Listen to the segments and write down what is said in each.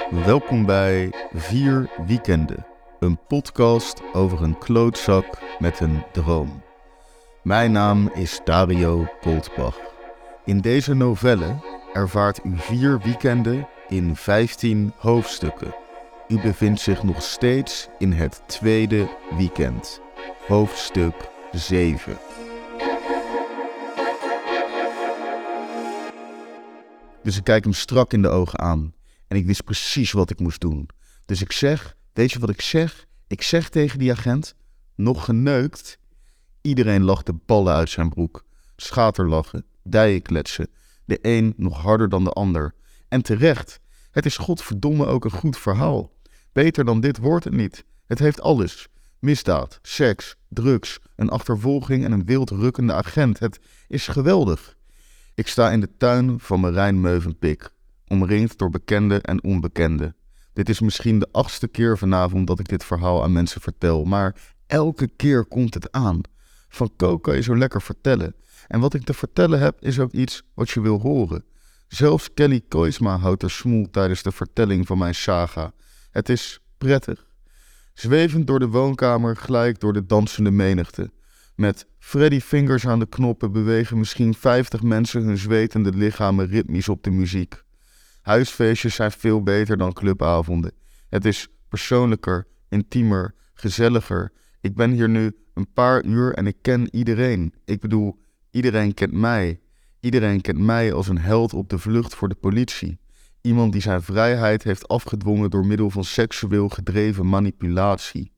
Welkom bij 4 Weekenden, een podcast over een klootzak met een droom. Mijn naam is Dario Koltbach. In deze novelle ervaart u 4 weekenden in 15 hoofdstukken. U bevindt zich nog steeds in het tweede weekend, hoofdstuk 7. Dus ik kijk hem strak in de ogen aan. En ik wist precies wat ik moest doen. Dus ik zeg, weet je wat ik zeg? Ik zeg tegen die agent, nog geneukt? Iedereen lacht de ballen uit zijn broek. Schaterlachen, dijen kletsen. De een nog harder dan de ander. En terecht, het is godverdomme ook een goed verhaal. Beter dan dit wordt het niet. Het heeft alles. Misdaad, seks, drugs, een achtervolging en een wild rukkende agent. Het is geweldig. Ik sta in de tuin van Marijn Meuvenpick, omringd door bekenden en onbekenden. Dit is misschien de 8e keer vanavond dat ik dit verhaal aan mensen vertel, maar elke keer komt het aan. Van Ko kan je zo lekker vertellen. En wat ik te vertellen heb is ook iets wat je wil horen. Zelfs Kelly Koisma houdt er smoel tijdens de vertelling van mijn saga. Het is prettig. Zwevend door de woonkamer glij ik door de dansende menigte. Met Freddy Fingers aan de knoppen bewegen misschien 50 mensen hun zwetende lichamen ritmisch op de muziek. Huisfeestjes zijn veel beter dan clubavonden. Het is persoonlijker, intiemer, gezelliger. Ik ben hier nu een paar uur en ik ken iedereen. Ik bedoel, iedereen kent mij. Iedereen kent mij als een held op de vlucht voor de politie. Iemand die zijn vrijheid heeft afgedwongen door middel van seksueel gedreven manipulatie.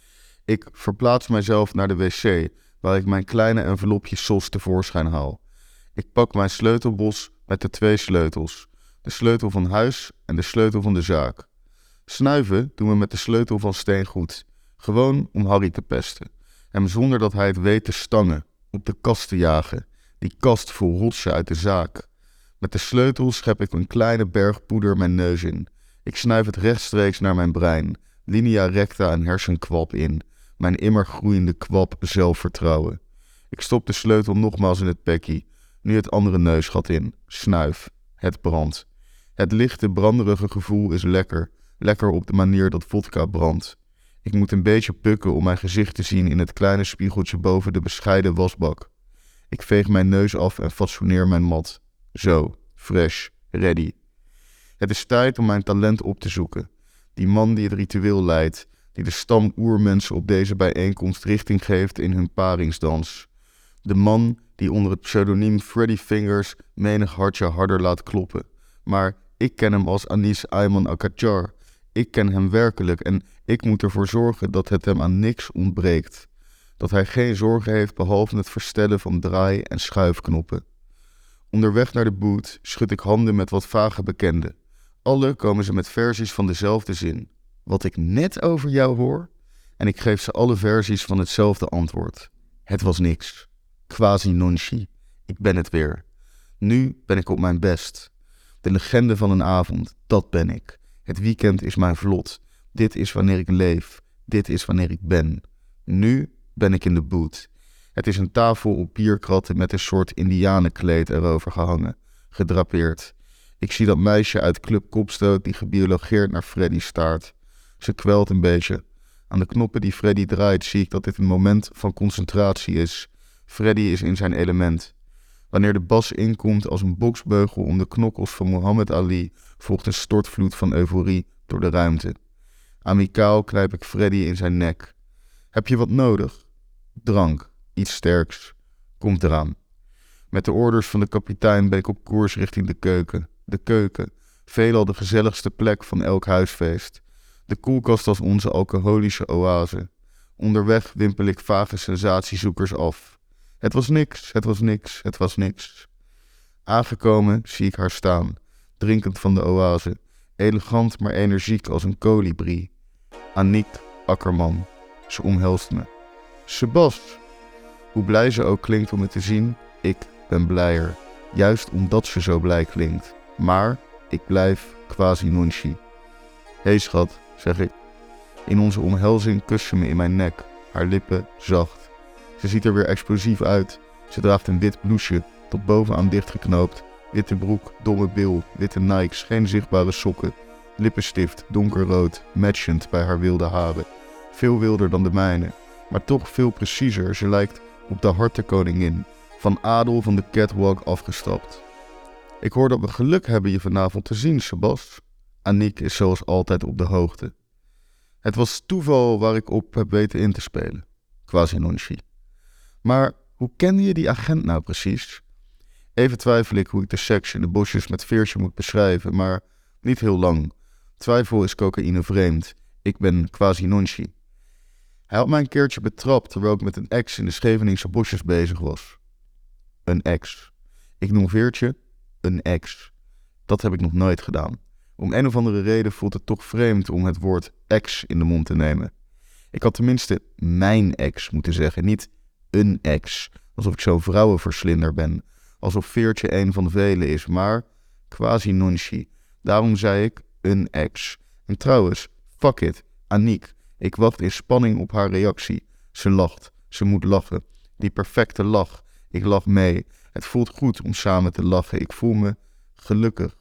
Ik verplaats mijzelf naar de wc, waar ik mijn kleine envelopje sos tevoorschijn haal. Ik pak mijn sleutelbos met de 2 sleutels. De sleutel van huis en de sleutel van de zaak. Snuiven doen we met de sleutel van steengoed. Gewoon om Harry te pesten. Hem zonder dat hij het weet te stangen. Op de kast te jagen. Die kast vol rotsen uit de zaak. Met de sleutel schep ik een kleine berg poeder mijn neus in. Ik snuif het rechtstreeks naar mijn brein. Linea recta en hersenkwab in. Mijn immer groeiende kwab zelfvertrouwen. Ik stop de sleutel nogmaals in het pekkie. Nu het andere neusgat in. Snuif. Het brandt. Het lichte, branderige gevoel is lekker. Lekker op de manier dat vodka brandt. Ik moet een beetje pukken om mijn gezicht te zien in het kleine spiegeltje boven de bescheiden wasbak. Ik veeg mijn neus af en fatsoeneer mijn mat. Zo, fresh, ready. Het is tijd om mijn talent op te zoeken. Die man die het ritueel leidt, die de stam oermensen op deze bijeenkomst richting geeft in hun paringsdans. De man die onder het pseudoniem Freddy Fingers menig hartje harder laat kloppen. Maar ik ken hem als Anis Ayman Akajar. Ik ken hem werkelijk en ik moet ervoor zorgen dat het hem aan niks ontbreekt. Dat hij geen zorgen heeft behalve het verstellen van draai- en schuifknoppen. Onderweg naar de boot schud ik handen met wat vage bekenden. Alle komen ze met versies van dezelfde zin. Wat ik net over jou hoor? En ik geef ze alle versies van hetzelfde antwoord. Het was niks. Quasi nonchi. Ik ben het weer. Nu ben ik op mijn best. De legende van een avond, dat ben ik. Het weekend is mijn vlot. Dit is wanneer ik leef. Dit is wanneer ik ben. Nu ben ik in de boot. Het is een tafel op bierkratten met een soort indianenkleed erover gehangen. Gedrapeerd. Ik zie dat meisje uit Club Kopstoot die gebiologeerd naar Freddy staart. Ze kwelt een beetje. Aan de knoppen die Freddy draait zie ik dat dit een moment van concentratie is. Freddy is in zijn element. Wanneer de bas inkomt als een boksbeugel om de knokkels van Muhammad Ali, volgt een stortvloed van euforie door de ruimte. Amicaal knijp ik Freddy in zijn nek. Heb je wat nodig? Drank, iets sterks. Komt eraan. Met de orders van de kapitein ben ik op koers richting de keuken. De keuken, veelal de gezelligste plek van elk huisfeest. De koelkast als onze alcoholische oase. Onderweg wimpel ik vage sensatiezoekers af. Het was niks, het was niks, het was niks. Aangekomen zie ik haar staan, drinkend van de oase, elegant maar energiek als een kolibrie. Aniek Akkerman, ze omhelst me. Sebas, hoe blij ze ook klinkt om me te zien, ik ben blijer. Juist omdat ze zo blij klinkt. Maar ik blijf quasi nonchi. Hé schat, zeg ik. In onze omhelzing kust ze me in mijn nek, haar lippen zacht. Ze ziet er weer explosief uit. Ze draagt een wit blouseje, tot bovenaan dichtgeknoopt. Witte broek, domme bil, witte Nikes, geen zichtbare sokken. Lippenstift, donkerrood, matchend bij haar wilde haren. Veel wilder dan de mijne, maar toch veel preciezer. Ze lijkt op de hartenkoningin, van adel van de catwalk afgestapt. Ik hoor dat we geluk hebben je vanavond te zien, Sebas. Aniek is zoals altijd op de hoogte. Het was toeval waar ik op heb weten in te spelen. Quasi nonchi. Maar hoe kende je die agent nou precies? Even twijfel ik hoe ik de seks in de bosjes met Veertje moet beschrijven, maar niet heel lang. Twijfel is cocaïne vreemd. Ik ben quasi nonchi. Hij had mij een keertje betrapt terwijl ik met een ex in de Scheveningse bosjes bezig was. Een ex. Ik noem Veertje een ex. Dat heb ik nog nooit gedaan. Om een of andere reden voelt het toch vreemd om het woord ex in de mond te nemen. Ik had tenminste mijn ex moeten zeggen, niet een ex. Alsof ik zo'n vrouwenverslinder ben. Alsof Veertje een van de velen is, maar quasi nonchi. Daarom zei ik een ex. En trouwens, fuck it, Aniek. Ik wacht in spanning op haar reactie. Ze lacht, ze moet lachen. Die perfecte lach. Ik lach mee. Het voelt goed om samen te lachen. Ik voel me gelukkig.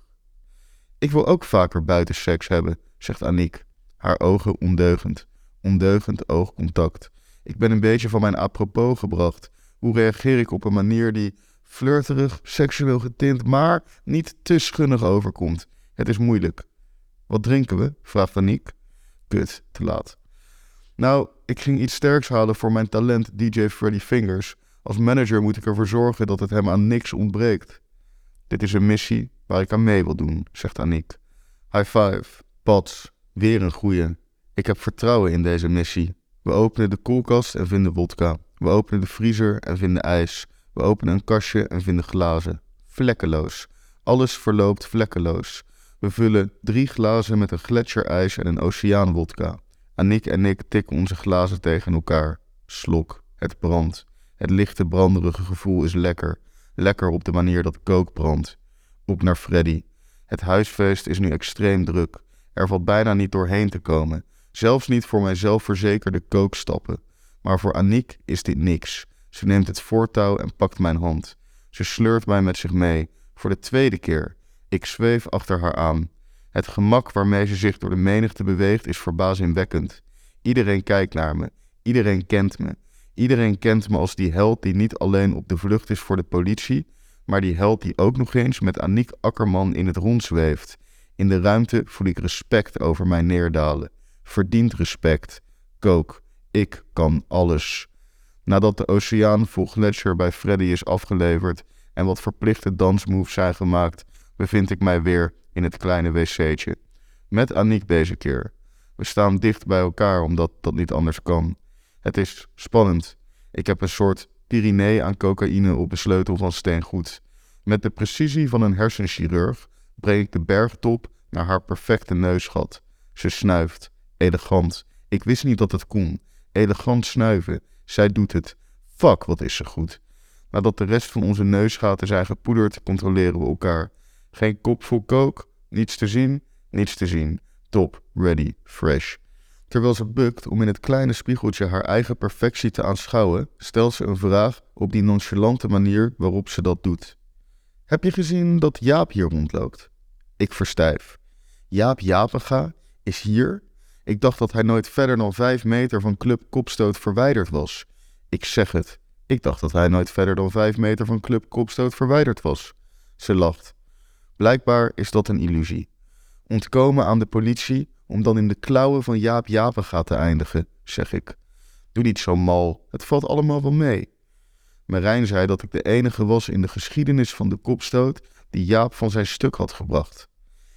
Ik wil ook vaker buiten seks hebben, zegt Aniek. Haar ogen ondeugend. Ondeugend oogcontact. Ik ben een beetje van mijn apropos gebracht. Hoe reageer ik op een manier die flirterig, seksueel getint, maar niet te schunnig overkomt? Het is moeilijk. Wat drinken we? Vraagt Aniek. Kut, te laat. Nou, ik ging iets sterks halen voor mijn talent DJ Freddy Fingers. Als manager moet ik ervoor zorgen dat het hem aan niks ontbreekt. Dit is een missie waar ik aan mee wil doen, zegt Aniek. High five, pats, weer een goeie. Ik heb vertrouwen in deze missie. We openen de koelkast en vinden wodka. We openen de vriezer en vinden ijs. We openen een kastje en vinden glazen. Vlekkeloos. Alles verloopt vlekkeloos. We vullen 3 glazen met een gletsjerijs en een oceaanwodka. Aniek en ik tikken onze glazen tegen elkaar. Slok. Het brandt. Het lichte branderige gevoel is lekker. Lekker op de manier dat coke brandt. Op naar Freddy. Het huisfeest is nu extreem druk. Er valt bijna niet doorheen te komen. Zelfs niet voor mijn zelfverzekerde kookstappen. Maar voor Aniek is dit niks. Ze neemt het voortouw en pakt mijn hand. Ze sleurt mij met zich mee. Voor de 2e keer. Ik zweef achter haar aan. Het gemak waarmee ze zich door de menigte beweegt is verbazingwekkend. Iedereen kijkt naar me. Iedereen kent me. Iedereen kent me als die held die niet alleen op de vlucht is voor de politie, maar die held die ook nog eens met Aniek Akkerman in het rond zweeft. In de ruimte voel ik respect over mij neerdalen. Verdiend respect. Coke. Ik kan alles. Nadat de oceaan vol gletsjer bij Freddy is afgeleverd en wat verplichte dansmoves zijn gemaakt, bevind ik mij weer in het kleine wc'tje. Met Aniek deze keer. We staan dicht bij elkaar omdat dat niet anders kan. Het is spannend. Ik heb een soort Pyrenee aan cocaïne op de sleutel van steengoed. Met de precisie van een hersenchirurg breng ik de bergtop naar haar perfecte neusgat. Ze snuift. Elegant. Ik wist niet dat het kon. Elegant snuiven. Zij doet het. Fuck, wat is ze goed. Nadat de rest van onze neusgaten zijn gepoederd, controleren we elkaar. Geen kop vol coke. Niets te zien. Niets te zien. Top. Ready. Fresh. Terwijl ze bukt om in het kleine spiegeltje haar eigen perfectie te aanschouwen, stelt ze een vraag op die nonchalante manier waarop ze dat doet. Heb je gezien dat Jaap hier rondloopt? Ik verstijf. Jaap Japega is hier? Ik dacht dat hij nooit verder dan 5 meter van Club Kopstoot verwijderd was. Ik zeg het. Ik dacht dat hij nooit verder dan 5 meter van Club Kopstoot verwijderd was. Ze lacht. Blijkbaar is dat een illusie. Ontkomen aan de politie om dan in de klauwen van Jaap Japega te eindigen, zeg ik. Doe niet zo mal, het valt allemaal wel mee. Marijn zei dat ik de enige was in de geschiedenis van de Kopstoot die Jaap van zijn stuk had gebracht.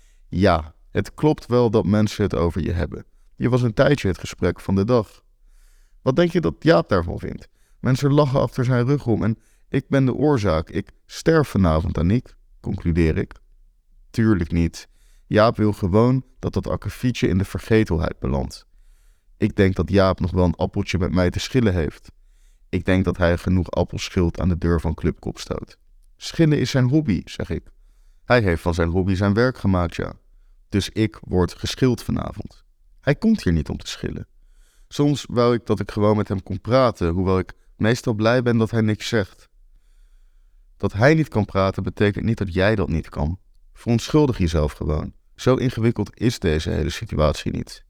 Ja, het klopt wel dat mensen het over je hebben. Je was een tijdje het gesprek van de dag. Wat denk je dat Jaap daarvan vindt? Mensen lachen achter zijn rug om en ik ben de oorzaak. Ik sterf vanavond, Aniek, concludeer ik. Tuurlijk niet. Jaap wil gewoon dat dat akkefietje in de vergetelheid belandt. Ik denk dat Jaap nog wel een appeltje met mij te schillen heeft. Ik denk dat hij genoeg appels schilt aan de deur van Club Kopstoot. Schillen is zijn hobby, zeg ik. Hij heeft van zijn hobby zijn werk gemaakt, ja. Dus ik word geschild vanavond. Hij komt hier niet om te schillen. Soms wou ik dat ik gewoon met hem kon praten, hoewel ik meestal blij ben dat hij niks zegt. Dat hij niet kan praten betekent niet dat jij dat niet kan. Verontschuldig jezelf gewoon. Zo ingewikkeld is deze hele situatie niet.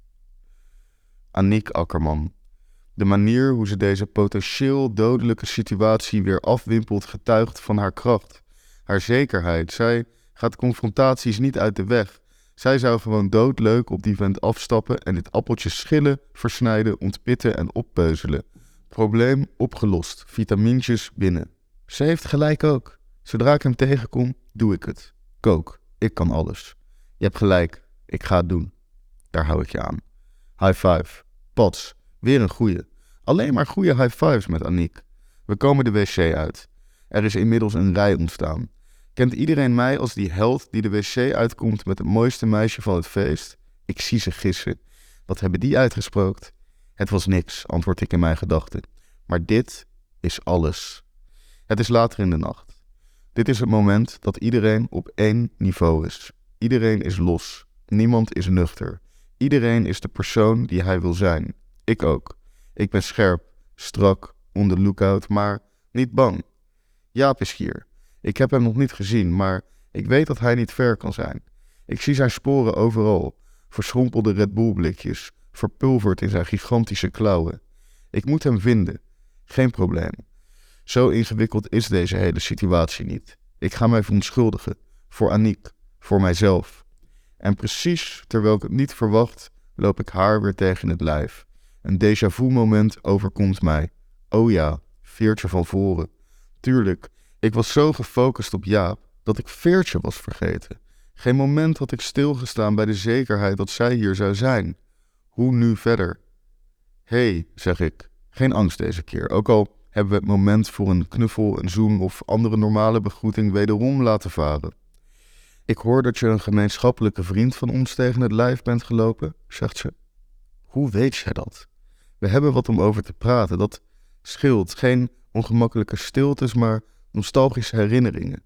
Aniek Akkerman. De manier hoe ze deze potentieel dodelijke situatie weer afwimpelt getuigt van haar kracht. Haar zekerheid. Zij gaat confrontaties niet uit de weg. Zij zou gewoon doodleuk op die vent afstappen en dit appeltje schillen, versnijden, ontpitten en oppeuzelen. Probleem opgelost. Vitamintjes binnen. Ze heeft gelijk ook. Zodra ik hem tegenkom, doe ik het. Kook. Ik kan alles. Je hebt gelijk. Ik ga het doen. Daar hou ik je aan. High five. Pats. Weer een goeie. Alleen maar goede high fives met Aniek. We komen de wc uit. Er is inmiddels een rij ontstaan. Kent iedereen mij als die held die de wc uitkomt met het mooiste meisje van het feest? Ik zie ze gissen. Wat hebben die uitgesproken? Het was niks, antwoord ik in mijn gedachten. Maar dit is alles. Het is later in de nacht. Dit is het moment dat iedereen op één niveau is. Iedereen is los. Niemand is nuchter. Iedereen is de persoon die hij wil zijn. Ik ook. Ik ben scherp, strak, on the lookout, maar niet bang. Jaap is hier. Ik heb hem nog niet gezien, maar ik weet dat hij niet ver kan zijn. Ik zie zijn sporen overal. Verschrompelde Red Bull blikjes, verpulverd in zijn gigantische klauwen. Ik moet hem vinden. Geen probleem. Zo ingewikkeld is deze hele situatie niet. Ik ga mij verontschuldigen. Voor Aniek. Voor mijzelf. En precies terwijl ik het niet verwacht, loop ik haar weer tegen het lijf. Een déjà vu moment overkomt mij. Oh ja, Veertje van voren. Tuurlijk, ik was zo gefocust op Jaap dat ik Veertje was vergeten. Geen moment had ik stilgestaan bij de zekerheid dat zij hier zou zijn. Hoe nu verder? Hé, zeg ik. Geen angst deze keer, ook al hebben we het moment voor een knuffel, een zoen of andere normale begroeting wederom laten varen. Ik hoor dat je een gemeenschappelijke vriend van ons tegen het lijf bent gelopen, zegt ze. Hoe weet jij dat? We hebben wat om over te praten, dat scheelt. Geen ongemakkelijke stiltes, maar nostalgische herinneringen.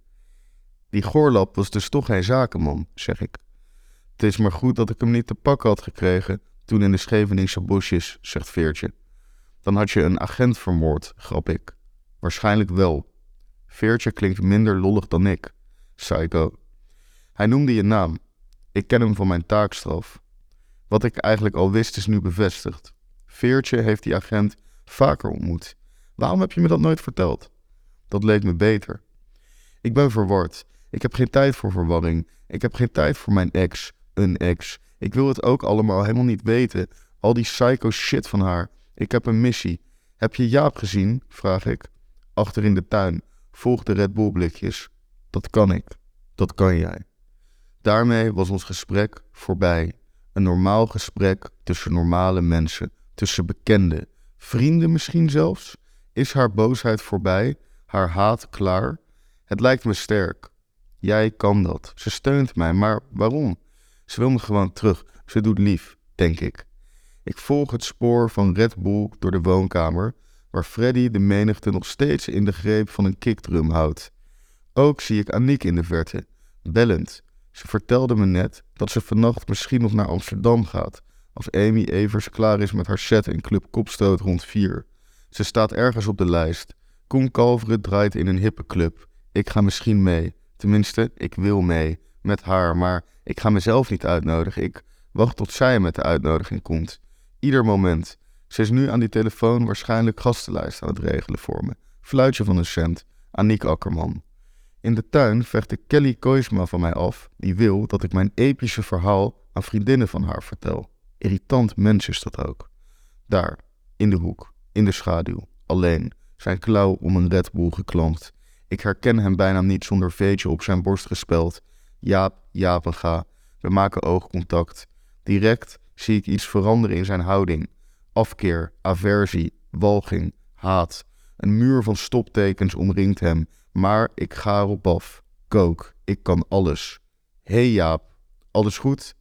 Die Goorlap was dus toch geen zakenman, zeg ik. Het is maar goed dat ik hem niet te pakken had gekregen toen in de Scheveningse bosjes, zegt Veertje. Dan had je een agent vermoord, grap ik. Waarschijnlijk wel. Veertje klinkt minder lollig dan ik. Psycho. Hij noemde je naam. Ik ken hem van mijn taakstraf. Wat ik eigenlijk al wist is nu bevestigd. Veertje heeft die agent vaker ontmoet. Waarom heb je me dat nooit verteld? Dat leek me beter. Ik ben verward. Ik heb geen tijd voor verwarring. Ik heb geen tijd voor mijn ex, een ex. Ik wil het ook allemaal helemaal niet weten. Al die psycho shit van haar. Ik heb een missie. Heb je Jaap gezien? Vraag ik. Achter in de tuin. Volg de Red Bull blikjes. Dat kan ik. Dat kan jij. Daarmee was ons gesprek voorbij. Een normaal gesprek tussen normale mensen. Tussen bekenden. Vrienden misschien zelfs. Is haar boosheid voorbij? Haar haat klaar? Het lijkt me sterk. Jij kan dat. Ze steunt mij, maar waarom? Ze wil me gewoon terug. Ze doet lief, denk ik. Ik volg het spoor van Red Bull door de woonkamer, waar Freddy de menigte nog steeds in de greep van een kickdrum houdt. Ook zie ik Aniek in de verte, bellend. Ze vertelde me net dat ze vannacht misschien nog naar Amsterdam gaat, als Amy Evers klaar is met haar set in Club Kopstoot rond 4. Ze staat ergens op de lijst. Koen Kalveren draait in een hippe club. Ik ga misschien mee. Tenminste, ik wil mee. Met haar, maar ik ga mezelf niet uitnodigen. Ik wacht tot zij met de uitnodiging komt. Ieder moment. Ze is nu aan die telefoon waarschijnlijk gastenlijst aan het regelen voor me. Fluitje van een cent. Aniek Akkerman. In de tuin vecht ik Kelly Koisma van mij af. Die wil dat ik mijn epische verhaal aan vriendinnen van haar vertel. Irritant mens is dat ook. Daar, in de hoek, in de schaduw, alleen, zijn klauw om een Red Bull geklampt. Ik herken hem bijna niet zonder veetje op zijn borst gespeld. Jaap, Japenga. We maken oogcontact. Direct zie ik iets veranderen in zijn houding. Afkeer, aversie, walging, haat. Een muur van stoptekens omringt hem, maar ik ga erop af. Kook, ik kan alles. Hé Jaap, alles goed?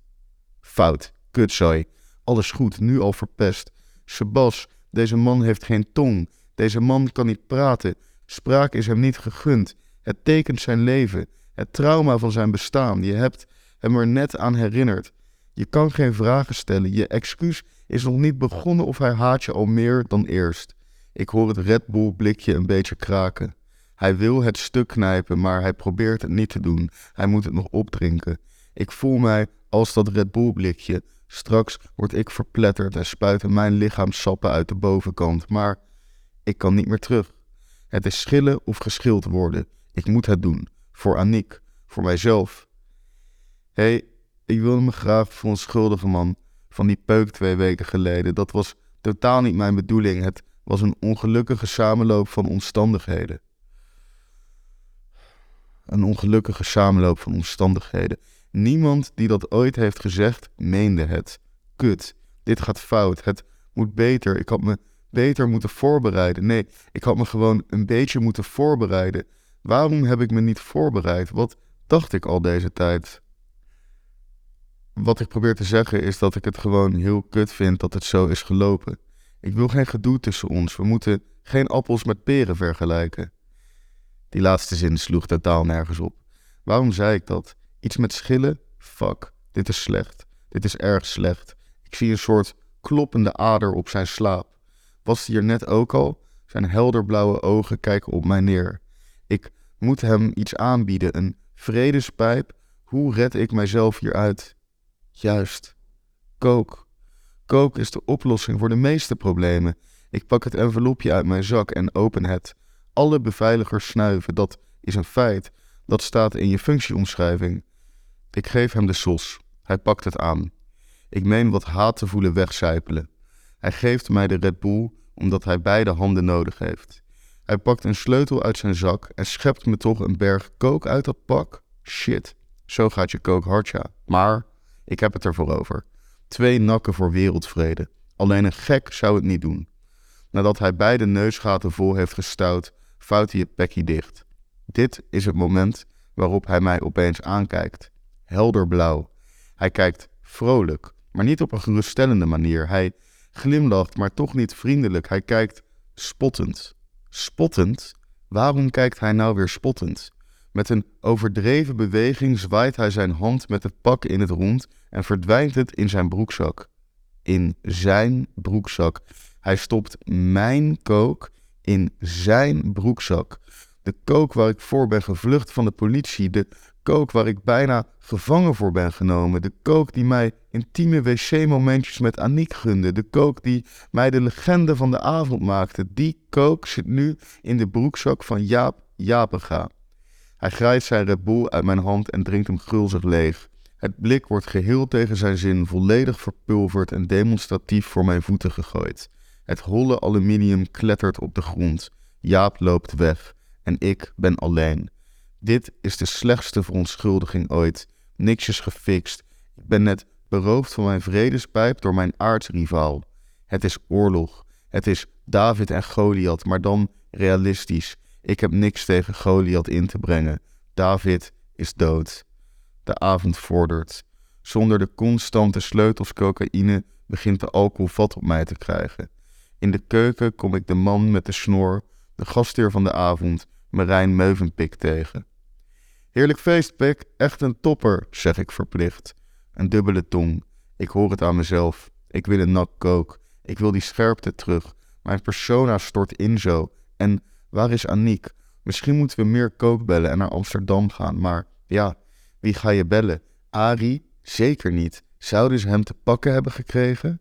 Fout, kutzooi. Alles goed, nu al verpest. Sebas, deze man heeft geen tong. Deze man kan niet praten. Spraak is hem niet gegund. Het tekent zijn leven. Het trauma van zijn bestaan. Je hebt hem er net aan herinnerd. Je kan geen vragen stellen. Je excuus is nog niet begonnen of hij haat je al meer dan eerst. Ik hoor het Red Bull blikje een beetje kraken. Hij wil het stuk knijpen, maar hij probeert het niet te doen. Hij moet het nog opdrinken. Ik voel mij als dat Red Bull blikje. Straks word ik verpletterd en spuiten mijn lichaamsappen uit de bovenkant. Maar ik kan niet meer terug. Het is schillen of geschild worden. Ik moet het doen. Voor Aniek. Voor mijzelf. Hé, ik wilde me graag verontschuldigen, man. Van die peuk 2 weken geleden. Dat was totaal niet mijn bedoeling. Het was een ongelukkige samenloop van omstandigheden. Een ongelukkige samenloop van omstandigheden. Niemand die dat ooit heeft gezegd, meende het. Kut, dit gaat fout. Het moet beter. Ik had me beter moeten voorbereiden. Nee, ik had me gewoon een beetje moeten voorbereiden. Waarom heb ik me niet voorbereid? Wat dacht ik al deze tijd? Wat ik probeer te zeggen is dat ik het gewoon heel kut vind dat het zo is gelopen. Ik wil geen gedoe tussen ons. We moeten geen appels met peren vergelijken. Die laatste zin sloeg totaal nergens op. Waarom zei ik dat? Iets met schillen? Fuck, dit is slecht. Dit is erg slecht. Ik zie een soort kloppende ader op zijn slaap. Was die er net ook al? Zijn helderblauwe ogen kijken op mij neer. Ik moet hem iets aanbieden, een vredespijp. Hoe red ik mijzelf hieruit? Juist, kook. Kook is de oplossing voor de meeste problemen. Ik pak het envelopje uit mijn zak en open het. Alle beveiligers snuiven, dat is een feit. Dat staat in je functieomschrijving. Ik geef hem de sos. Hij pakt het aan. Ik meen wat haat te voelen wegcijpelen. Hij geeft mij de Red Bull omdat hij beide handen nodig heeft. Hij pakt een sleutel uit zijn zak en schept me toch een berg kook uit dat pak? Shit, zo gaat je kook hard, ja. Maar ik heb het ervoor over. 2 nakken voor wereldvrede. Alleen een gek zou het niet doen. Nadat hij beide neusgaten vol heeft gestouwd, vouwt hij het bekkie dicht. Dit is het moment waarop hij mij opeens aankijkt. Helderblauw. Hij kijkt vrolijk, maar niet op een geruststellende manier. Hij glimlacht, maar toch niet vriendelijk. Hij kijkt spottend. Spottend? Waarom kijkt hij nou weer spottend? Met een overdreven beweging zwaait hij zijn hand met het pak in het rond en verdwijnt het in zijn broekzak. In zijn broekzak. Hij stopt mijn kook in zijn broekzak. De kook waar ik voor ben gevlucht van de politie. De kook waar ik bijna gevangen voor ben genomen. De kook die mij intieme wc-momentjes met Aniek gunde. De kook die mij de legende van de avond maakte. Die kook zit nu in de broekzak van Jaap Japega. Hij grijpt zijn Red Bull uit mijn hand en drinkt hem gulzig leeg. Het blik wordt geheel tegen zijn zin, volledig verpulverd en demonstratief voor mijn voeten gegooid. Het holle aluminium klettert op de grond. Jaap loopt weg en ik ben alleen. Dit is de slechtste verontschuldiging ooit. Niks is gefixt. Ik ben net beroofd van mijn vredespijp door mijn aardsrivaal. Het is oorlog. Het is David en Goliath, maar dan realistisch. Ik heb niks tegen Goliath in te brengen. David is dood. De avond vordert. Zonder de constante sleutels cocaïne begint de alcohol vat op mij te krijgen. In de keuken kom ik de man met de snor, de gastheer van de avond, Marijn Meuvenpik tegen. Heerlijk feest, Pik, echt een topper, zeg ik verplicht. Een dubbele tong. Ik hoor het aan mezelf. Ik wil een nak kook. Ik wil die scherpte terug. Mijn persona stort in zo. En waar is Aniek? Misschien moeten we meer kook bellen en naar Amsterdam gaan. Maar ja, wie ga je bellen? Arie? Zeker niet. Zouden ze hem te pakken hebben gekregen?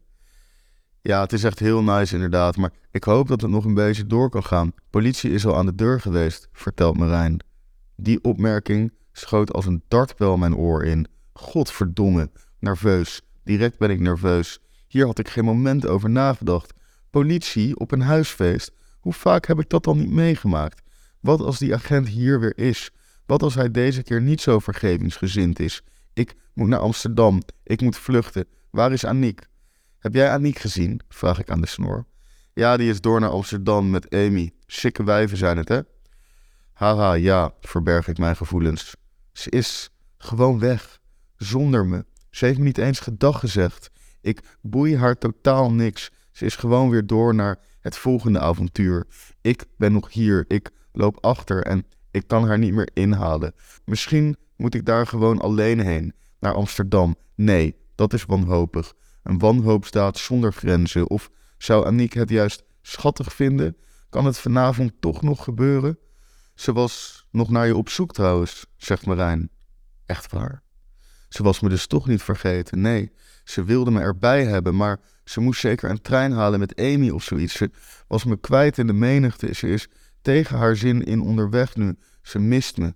Ja, het is echt heel nice inderdaad, maar ik hoop dat het nog een beetje door kan gaan. Politie is al aan de deur geweest, vertelt Marijn. Die opmerking schoot als een dartpijl mijn oor in. Godverdomme, nerveus. Direct ben ik nerveus. Hier had ik geen moment over nagedacht. Politie op een huisfeest? Hoe vaak heb ik dat al niet meegemaakt? Wat als die agent hier weer is? Wat als hij deze keer niet zo vergevingsgezind is? Ik moet naar Amsterdam. Ik moet vluchten. Waar is Aniek? Heb jij Aniek gezien? Vraag ik aan de snor. Ja, die is door naar Amsterdam met Amy. Sikke wijven zijn het, hè? Haha, ja, verberg ik mijn gevoelens. Ze is gewoon weg. Zonder me. Ze heeft me niet eens gedag gezegd. Ik boei haar totaal niks. Ze is gewoon weer door naar het volgende avontuur. Ik ben nog hier. Ik loop achter en ik kan haar niet meer inhalen. Misschien moet ik daar gewoon alleen heen. Naar Amsterdam. Nee, dat is wanhopig. Een wanhoopsdaad zonder grenzen. Of zou Aniek het juist schattig vinden? Kan het vanavond toch nog gebeuren? Ze was nog naar je op zoek trouwens, zegt Marijn. Echt waar? Ze was me dus toch niet vergeten. Nee, ze wilde me erbij hebben, maar ze moest zeker een trein halen met Amy of zoiets. Ze was me kwijt in de menigte. Ze is tegen haar zin in onderweg nu. Ze mist me.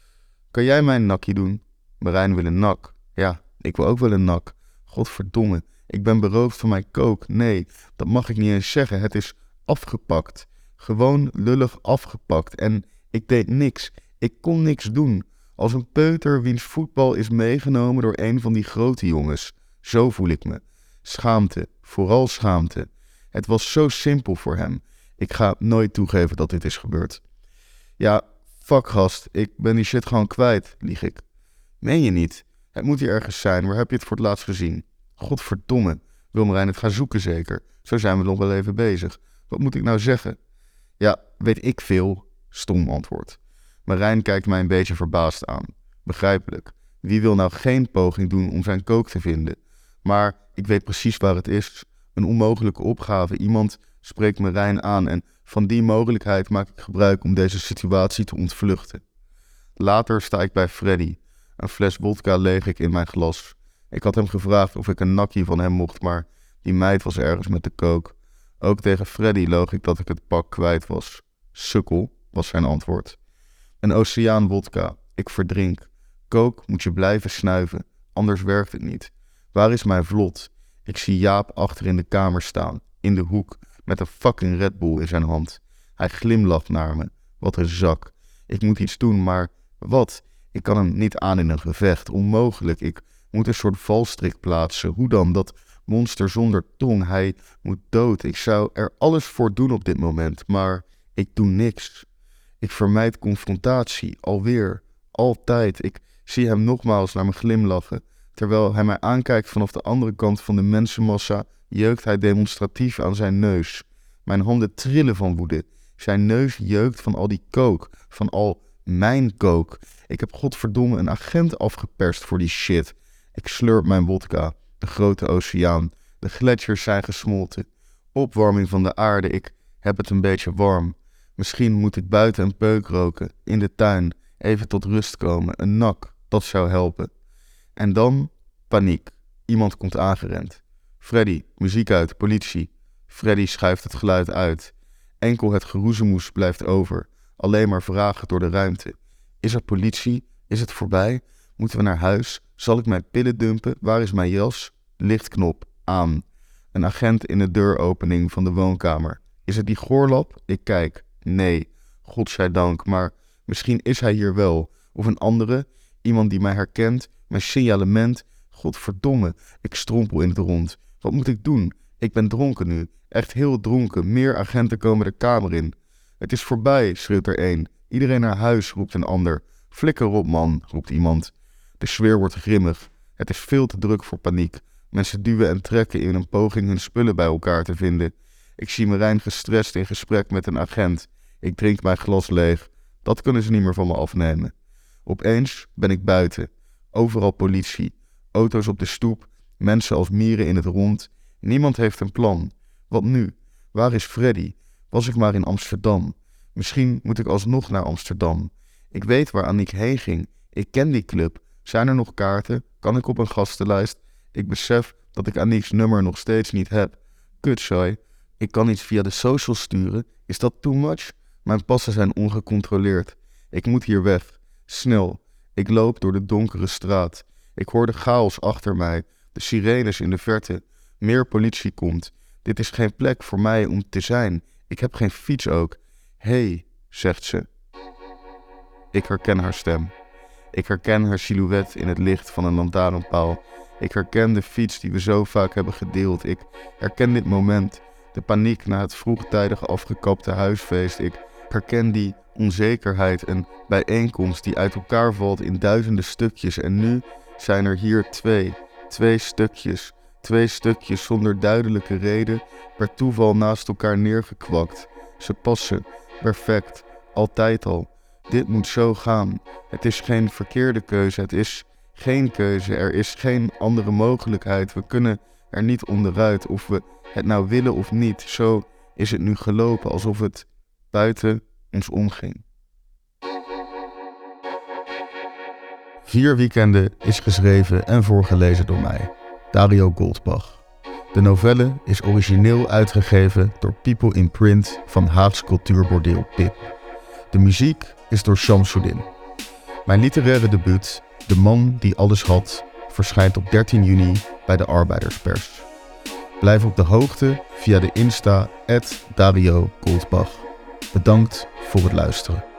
Kan jij mij een nakkie doen? Marijn wil een nak. Ja, ik wil ook wel een nak. Godverdomme, ik ben beroofd van mijn coke. Nee, dat mag ik niet eens zeggen. Het is afgepakt. Gewoon lullig afgepakt. En ik deed niks. Ik kon niks doen. Als een peuter wiens voetbal is meegenomen door een van die grote jongens. Zo voel ik me. Schaamte, vooral schaamte. Het was zo simpel voor hem. Ik ga nooit toegeven dat dit is gebeurd. Ja, fuck gast, ik ben die shit gewoon kwijt, lieg ik. Meen je niet? Het moet hier ergens zijn, waar heb je het voor het laatst gezien? Godverdomme, wil Marijn het gaan zoeken zeker? Zo zijn we nog wel even bezig. Wat moet ik nou zeggen? Ja, weet ik veel, stom antwoord. Marijn kijkt mij een beetje verbaasd aan. Begrijpelijk. Wie wil nou geen poging doen om zijn kook te vinden? Maar ik weet precies waar het is. Een onmogelijke opgave. Iemand spreekt Marijn aan en van die mogelijkheid maak ik gebruik om deze situatie te ontvluchten. Later sta ik bij Freddy. Een fles wodka leeg ik in mijn glas. Ik had hem gevraagd of ik een nakkie van hem mocht, maar die meid was ergens met de kook. Ook tegen Freddy loog ik dat ik het pak kwijt was. Sukkel, was zijn antwoord. Een oceaan wodka. Ik verdrink. Kook moet je blijven snuiven, anders werkt het niet. Waar is mijn vlot? Ik zie Jaap achter in de kamer staan, in de hoek, met een fucking Red Bull in zijn hand. Hij glimlacht naar me. Wat een zak. Ik moet iets doen, maar wat? Ik kan hem niet aan in een gevecht. Onmogelijk. Ik moet een soort valstrik plaatsen. Hoe dan? Dat monster zonder tong. Hij moet dood. Ik zou er alles voor doen op dit moment, maar ik doe niks. Ik vermijd confrontatie. Alweer. Altijd. Ik zie hem nogmaals naar me glimlachen. Terwijl hij mij aankijkt vanaf de andere kant van de mensenmassa, jeukt hij demonstratief aan zijn neus. Mijn handen trillen van woede. Zijn neus jeukt van al die kook. Van al mijn kook. Ik heb godverdomme een agent afgeperst voor die shit. Ik slurp mijn wodka. De grote oceaan. De gletsjers zijn gesmolten. Opwarming van de aarde. Ik heb het een beetje warm. Misschien moet ik buiten een peuk roken. In de tuin. Even tot rust komen. Een nak. Dat zou helpen. En dan paniek. Iemand komt aangerend. Freddy, muziek uit, politie. Freddy schuift het geluid uit. Enkel het geroezemoes blijft over. Alleen maar vragen door de ruimte. Is er politie? Is het voorbij? Moeten we naar huis? Zal ik mijn pillen dumpen? Waar is mijn jas? Lichtknop aan. Een agent in de deuropening van de woonkamer. Is het die goorlap? Ik kijk. Nee, godzijdank, maar misschien is hij hier wel. Of een andere, iemand die mij herkent, mijn signalement. Godverdomme, ik strompel in het rond. Wat moet ik doen? Ik ben dronken nu. Echt heel dronken. Meer agenten komen de kamer in. Het is voorbij, schreeuwt er een. Iedereen naar huis, roept een ander. Flikker op, man, roept iemand. De sfeer wordt grimmig. Het is veel te druk voor paniek. Mensen duwen en trekken in een poging hun spullen bij elkaar te vinden. Ik zie Marijn gestrest in gesprek met een agent. Ik drink mijn glas leeg. Dat kunnen ze niet meer van me afnemen. Opeens ben ik buiten. Overal politie. Auto's op de stoep. Mensen als mieren in het rond. Niemand heeft een plan. Wat nu? Waar is Freddy? Was ik maar in Amsterdam? Misschien moet ik alsnog naar Amsterdam. Ik weet waar Aniek heen ging. Ik ken die club. Zijn er nog kaarten? Kan ik op een gastenlijst? Ik besef dat ik Aniek's nummer nog steeds niet heb. Kutzooi. Ik kan iets via de socials sturen. Is dat too much? Mijn passen zijn ongecontroleerd. Ik moet hier weg. Snel. Ik loop door de donkere straat. Ik hoor de chaos achter mij. De sirenes in de verte. Meer politie komt. Dit is geen plek voor mij om te zijn. Ik heb geen fiets ook. Hé, zegt ze. Ik herken haar stem. Ik herken haar silhouet in het licht van een lantaarnpaal. Ik herken de fiets die we zo vaak hebben gedeeld. Ik herken dit moment. De paniek na het vroegtijdig afgekapte huisfeest. Ik herken die onzekerheid, een bijeenkomst die uit elkaar valt in duizenden stukjes. En nu zijn er hier twee stukjes. Twee stukjes zonder duidelijke reden, per toeval naast elkaar neergekwakt. Ze passen, perfect, altijd al. Dit moet zo gaan. Het is geen verkeerde keuze, het is geen keuze. Er is geen andere mogelijkheid. We kunnen er niet onderuit, of we het nou willen of niet. Zo is het nu gelopen, alsof het buiten ons omging. 4 Weekenden is geschreven en voorgelezen door mij, Dario Goldbach. De novelle is origineel uitgegeven door People in Print van Haags cultuurbordeel Pip. De muziek is door Shamsuddin. Mijn literaire debuut, De Man die alles had, verschijnt op 13 juni bij de Arbeiderspers. Blijf op de hoogte via de Insta @Dario Goldbach. Bedankt voor het luisteren.